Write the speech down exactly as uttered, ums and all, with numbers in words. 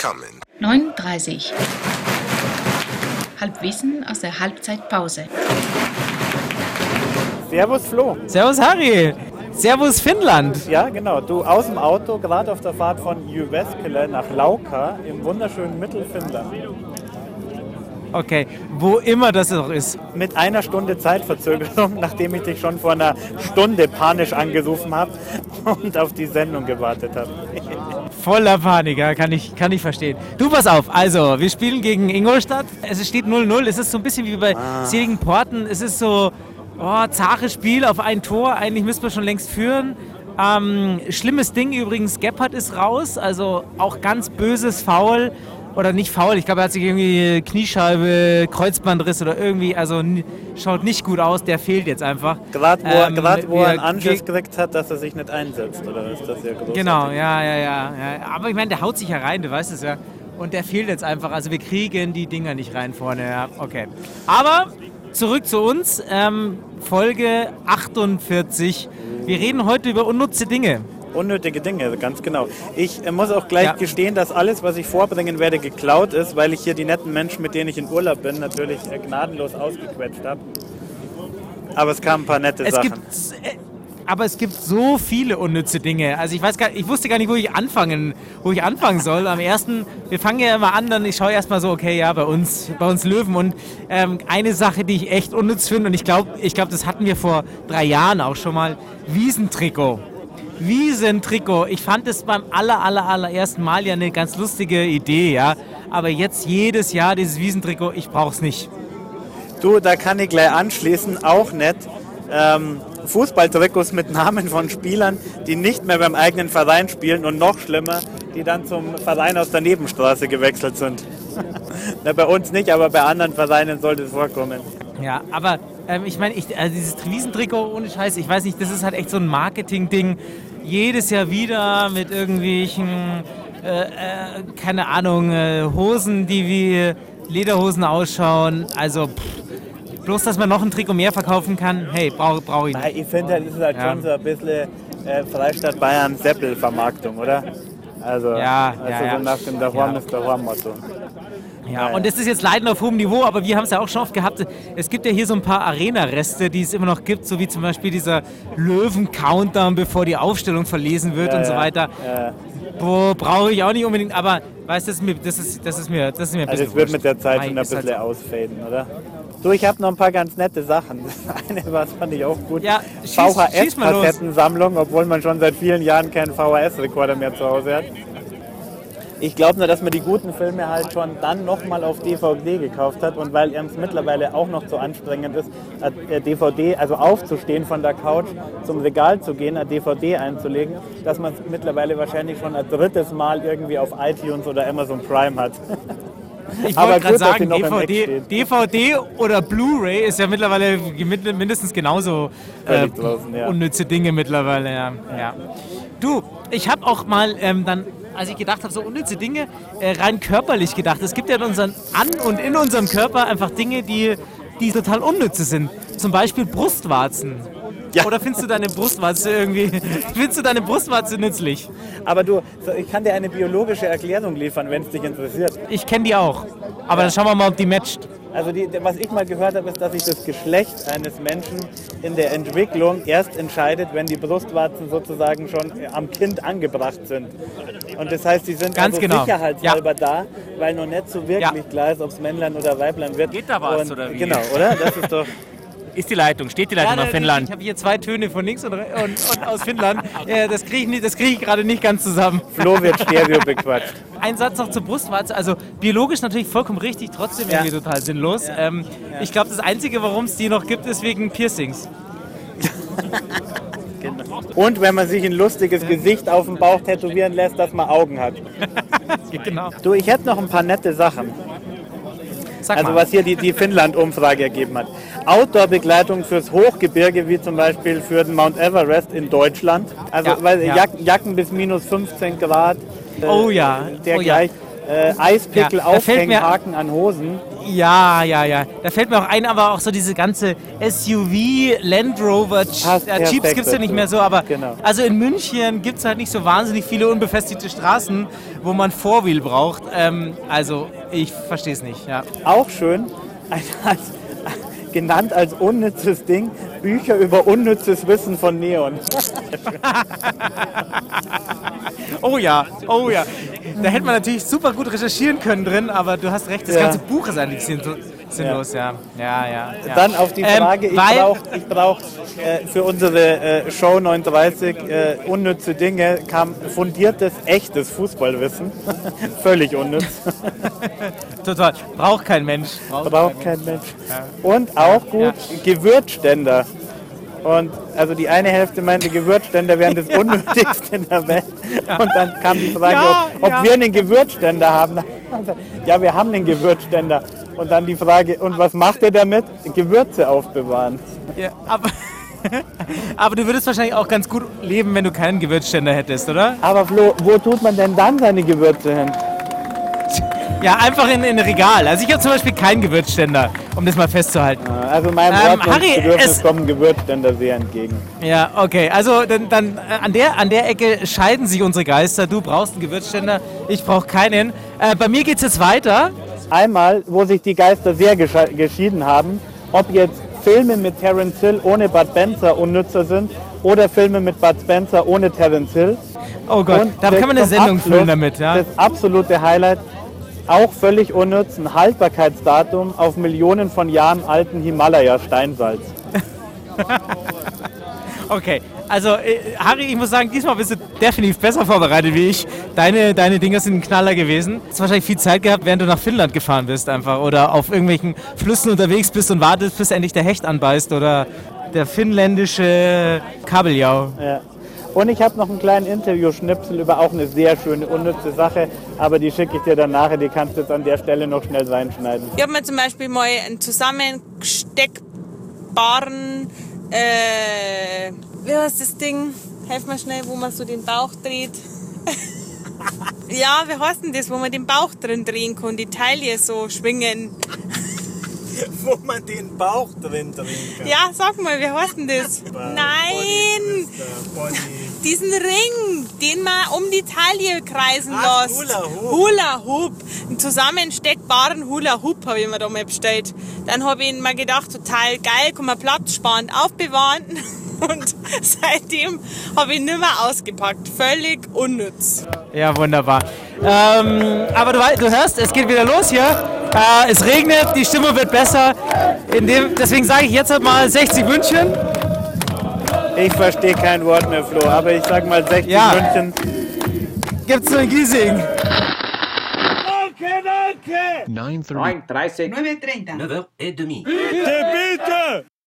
coming. neun Uhr dreißig. Halbwissen aus der Halbzeitpause. Servus Flo. Servus Harry. Servus Finnland. Ja, genau. Du aus dem Auto, gerade auf der Fahrt von Jyväskylä nach Lauka im wunderschönen Mittelfinnland. Okay, wo immer das auch ist. Mit einer Stunde Zeitverzögerung, nachdem ich dich schon vor einer Stunde panisch angerufen habe und auf die Sendung gewartet habe. Voller Panik, ja, kann ich, kann ich verstehen. Du, pass auf, also, wir spielen gegen Ingolstadt. Es steht null null. Es ist so ein bisschen wie bei ah. Seligen Porten. Es ist so, oh, zaches Spiel auf ein Tor. Eigentlich müssten wir schon längst führen. Ähm, schlimmes Ding übrigens, Gebhardt ist raus. Also auch ganz böses Foul. Oder nicht faul, ich glaube, er hat sich irgendwie Kniescheibe, Kreuzbandriss oder irgendwie, also n- schaut nicht gut aus, der fehlt jetzt einfach. Gerade wo, ähm, grad, wo er einen Anschiss ge- gekriegt hat, dass er sich nicht einsetzt, oder ist das ja großartig? Genau, ja, ja, ja, ja. Aber ich meine, der haut sich ja rein, du weißt es ja. Und der fehlt jetzt einfach, also wir kriegen die Dinger nicht rein vorne, ja, okay. Aber zurück zu uns, ähm, Folge achtundvierzig. Wir reden heute über unnütze Dinge. Unnötige Dinge, ganz genau. Ich äh, muss auch gleich ja. gestehen, dass alles, was ich vorbringen werde, geklaut ist, weil ich hier die netten Menschen, mit denen ich in Urlaub bin, natürlich äh, gnadenlos ausgequetscht habe. Aber es kamen ein paar nette es Sachen. Gibt, äh, aber es gibt so viele unnütze Dinge. Also ich weiß gar, ich wusste gar nicht, wo ich anfangen, wo ich anfangen soll. Am ersten, wir fangen ja immer an, dann ich schaue erstmal so, okay, ja, bei uns, bei uns Löwen. Und ähm, eine Sache, die ich echt unnütz finde, und ich glaube, ich glaube, das hatten wir vor drei Jahren auch schon mal, Wiesentrikot. Wiesentrikot. Ich fand es beim aller, aller, allerersten Mal ja eine ganz lustige Idee, ja. Aber jetzt jedes Jahr dieses Wiesentrikot, ich brauch's nicht. Du, da kann ich gleich anschließen, auch nett. Ähm, Fußballtrikots mit Namen von Spielern, die nicht mehr beim eigenen Verein spielen und noch schlimmer, die dann zum Verein aus der Nebenstraße gewechselt sind. Na, bei uns nicht, aber bei anderen Vereinen sollte es vorkommen. Ja, aber ähm, ich meine, ich, also dieses Wiesentrikot, ohne Scheiß, ich weiß nicht, das ist halt echt so ein Marketing-Ding. Jedes Jahr wieder mit irgendwelchen, äh, äh, keine Ahnung, äh, Hosen, die wie Lederhosen ausschauen. Also pff, bloß, dass man noch ein Trikot mehr verkaufen kann, hey, brauche brauch ich nicht. Ich finde, das ist halt ja. schon so ein bisschen äh, Freistaat Bayern Seppel-Vermarktung, oder? Also, ja, also ja, so ja. nach dem Daheim ist Daheim-Motto. Ja, und das ist jetzt Leiden auf hohem Niveau, aber wir haben es ja auch schon oft gehabt. Es gibt ja hier so ein paar Arena-Reste, die es immer noch gibt, so wie zum Beispiel dieser Löwen-Countdown, bevor die Aufstellung verlesen wird ja, und so weiter. Ja. Wo brauche ich auch nicht unbedingt, aber weißt du, das ist mir, das ist, das ist mir, das ist mir ein also bisschen es wird wurscht. mit der Zeit Nein, schon ein bisschen halt ausfaden, oder? Du, ich habe noch ein paar ganz nette Sachen. Das eine was fand ich auch gut. Ja, schieß, V H schieß mal los. S-Kassettensammlung, obwohl man schon seit vielen Jahren keinen V H S-Rekorder mehr zu Hause hat. Ich glaube nur, dass man die guten Filme halt schon dann nochmal auf D V D gekauft hat und weil es mittlerweile auch noch so anstrengend ist, eine D V D, also aufzustehen von der Couch, zum Regal zu gehen, eine D V D einzulegen, dass man es mittlerweile wahrscheinlich schon ein drittes Mal irgendwie auf iTunes oder Amazon Prime hat. Ich wollte gerade sagen, D V D, D V D oder Blu-ray ist ja mittlerweile mindestens genauso äh, draußen, ja. unnütze Dinge mittlerweile. Ja. Ja. Du, ich habe auch mal ähm, dann, als ich gedacht habe, so unnütze Dinge, äh, rein körperlich gedacht. Es gibt ja in unseren, an und in unserem Körper einfach Dinge, die, die total unnütze sind. Zum Beispiel Brustwarzen. Ja. Oder findest du deine Brustwarze irgendwie, findest du deine Brustwarze nützlich? Aber du, ich kann dir eine biologische Erklärung liefern, wenn es dich interessiert. Ich kenne die auch, aber ja. Dann schauen wir mal, ob die matcht. Also die, was ich mal gehört habe, ist, dass sich das Geschlecht eines Menschen in der Entwicklung erst entscheidet, wenn die Brustwarzen sozusagen schon am Kind angebracht sind. Und das heißt, die sind Ganz also genau. sicherheitshalber ja. da, weil noch nicht so wirklich ja. klar ist, ob es Männlein oder Weiblein wird. Geht da was, und, oder wie? Genau, oder? Das ist doch... Ist die Leitung, steht die Leitung ja, nach Finnland? Ich habe hier zwei Töne von links und, und, und aus Finnland. Ja, das kriege ich, krieg ich gerade nicht ganz zusammen. Flo wird Stereo bequatscht. Ein Satz noch zur Brustwarze. Also biologisch natürlich vollkommen richtig, trotzdem ja. irgendwie total sinnlos. Ja. Ähm, ja. Ich glaube, das Einzige, warum es die noch gibt, ist wegen Piercings. Genau. Und wenn man sich ein lustiges Gesicht auf dem Bauch tätowieren lässt, dass man Augen hat. Genau. Du, ich hätte noch ein paar nette Sachen. Sag also mal. was hier die, die Finnland-Umfrage ergeben hat. Outdoor-Begleitung fürs Hochgebirge, wie zum Beispiel für den Mount Everest in Deutschland. Also ja, weil ja. Jacken, Jacken bis minus fünfzehn Grad. Äh, oh ja. Der oh gleich. Ja. äh, Eispickel ja, Aufhänghaken an Hosen. Ja, ja, ja. Da fällt mir auch ein, aber auch so diese ganze S U V, Land Rover, ja, Jeeps gibt es ja nicht mehr so, aber genau. Also in München gibt es halt nicht so wahnsinnig viele unbefestigte Straßen, wo man Four-Wheel braucht. Ähm, also ich verstehe es nicht. Ja. Auch schön, als, genannt als unnützes Ding, Bücher über unnützes Wissen von Neon. Oh ja, oh ja. Da hätte man natürlich super gut recherchieren können drin, aber du hast recht, das ja. ganze Buch ist eigentlich sinnlos, ja. Ja, ja, ja. Dann auf die Frage, ähm, ich brauche ich brauch, äh, für unsere äh, Show neununddreißig äh, unnütze Dinge, kam fundiertes, echtes Fußballwissen. Völlig unnütz. Total. Braucht kein Mensch. Braucht, Braucht kein Mensch. Mensch. Ja. Und auch gut, ja. Gewürzständer. Und also die eine Hälfte meinte, Gewürzständer wären das Unnötigste in der Welt. Und dann kam die Frage, ja, ob, ob ja. wir einen Gewürzständer haben. Ja, wir haben einen Gewürzständer. Und dann die Frage, und was macht ihr damit? Gewürze aufbewahren. Ja, aber, aber du würdest wahrscheinlich auch ganz gut leben, wenn du keinen Gewürzständer hättest, oder? Aber Flo, wo tut man denn dann seine Gewürze hin? Ja, einfach in ein Regal. Also ich habe zum Beispiel keinen Gewürzständer, um das mal festzuhalten. Also meinem ähm, Ordnungsbedürfnis kommen Gewürzständer sehr entgegen. Ja, okay. Also dann, dann äh, an, der, an der Ecke scheiden sich unsere Geister. Du brauchst einen Gewürzständer, ich brauche keinen. Äh, bei mir geht es jetzt weiter. Einmal, wo sich die Geister sehr gesche- geschieden haben, ob jetzt Filme mit Terence Hill ohne Bud Spencer unnützer sind oder Filme mit Bud Spencer ohne Terence Hill. Oh Gott, und da kann man eine Sendung Abschluss, füllen damit. Ja? Das absolute Highlight, auch völlig unnütz, ein Haltbarkeitsdatum auf Millionen von Jahren alten Himalaya-Steinsalz. Okay, also äh, Harry, ich muss sagen, diesmal bist du definitiv besser vorbereitet wie ich. Deine, deine Dinger sind ein Knaller gewesen. Du hast wahrscheinlich viel Zeit gehabt, während du nach Finnland gefahren bist einfach oder auf irgendwelchen Flüssen unterwegs bist und wartest, bis endlich der Hecht anbeißt oder der finnländische Kabeljau. Ja. Und ich habe noch einen kleinen Interview-Schnipsel über auch eine sehr schöne, unnütze Sache, aber die schicke ich dir dann nachher, die kannst du jetzt an der Stelle noch schnell reinschneiden. Ich habe mir zum Beispiel mal einen zusammengesteckbaren, äh, wie heißt das Ding? Helf mir schnell, wo man so den Bauch dreht. Ja, wie heißt denn das, wo man den Bauch drin drehen kann, die Taille so schwingen. Wo man den Bauch drin drehen kann. Ja, sag mal, wie heißt denn das? Body, Nein! Body, Diesen Ring, den man um die Taille kreisen Ach, lässt. Hula Hoop. Hula Hoop. Einen zusammensteckbaren Hula Hoop habe ich mir da mal bestellt. Dann habe ich mir gedacht, total geil, kann man platzsparend aufbewahren. Und seitdem habe ich nicht mehr ausgepackt. Völlig unnütz. Ja, wunderbar. Ähm, aber du, du hörst, es geht wieder los hier. Äh, es regnet, die Stimmung wird besser. In dem, deswegen sage ich jetzt halt mal sechzig München. Ich verstehe kein Wort mehr, Flo, aber ich sag mal sechzig ja. München. Gibt's nur in Giesing. Danke, danke! neun dreißig. neun treinta. neun heures trente. neuf heures trente. Bitte, bitte!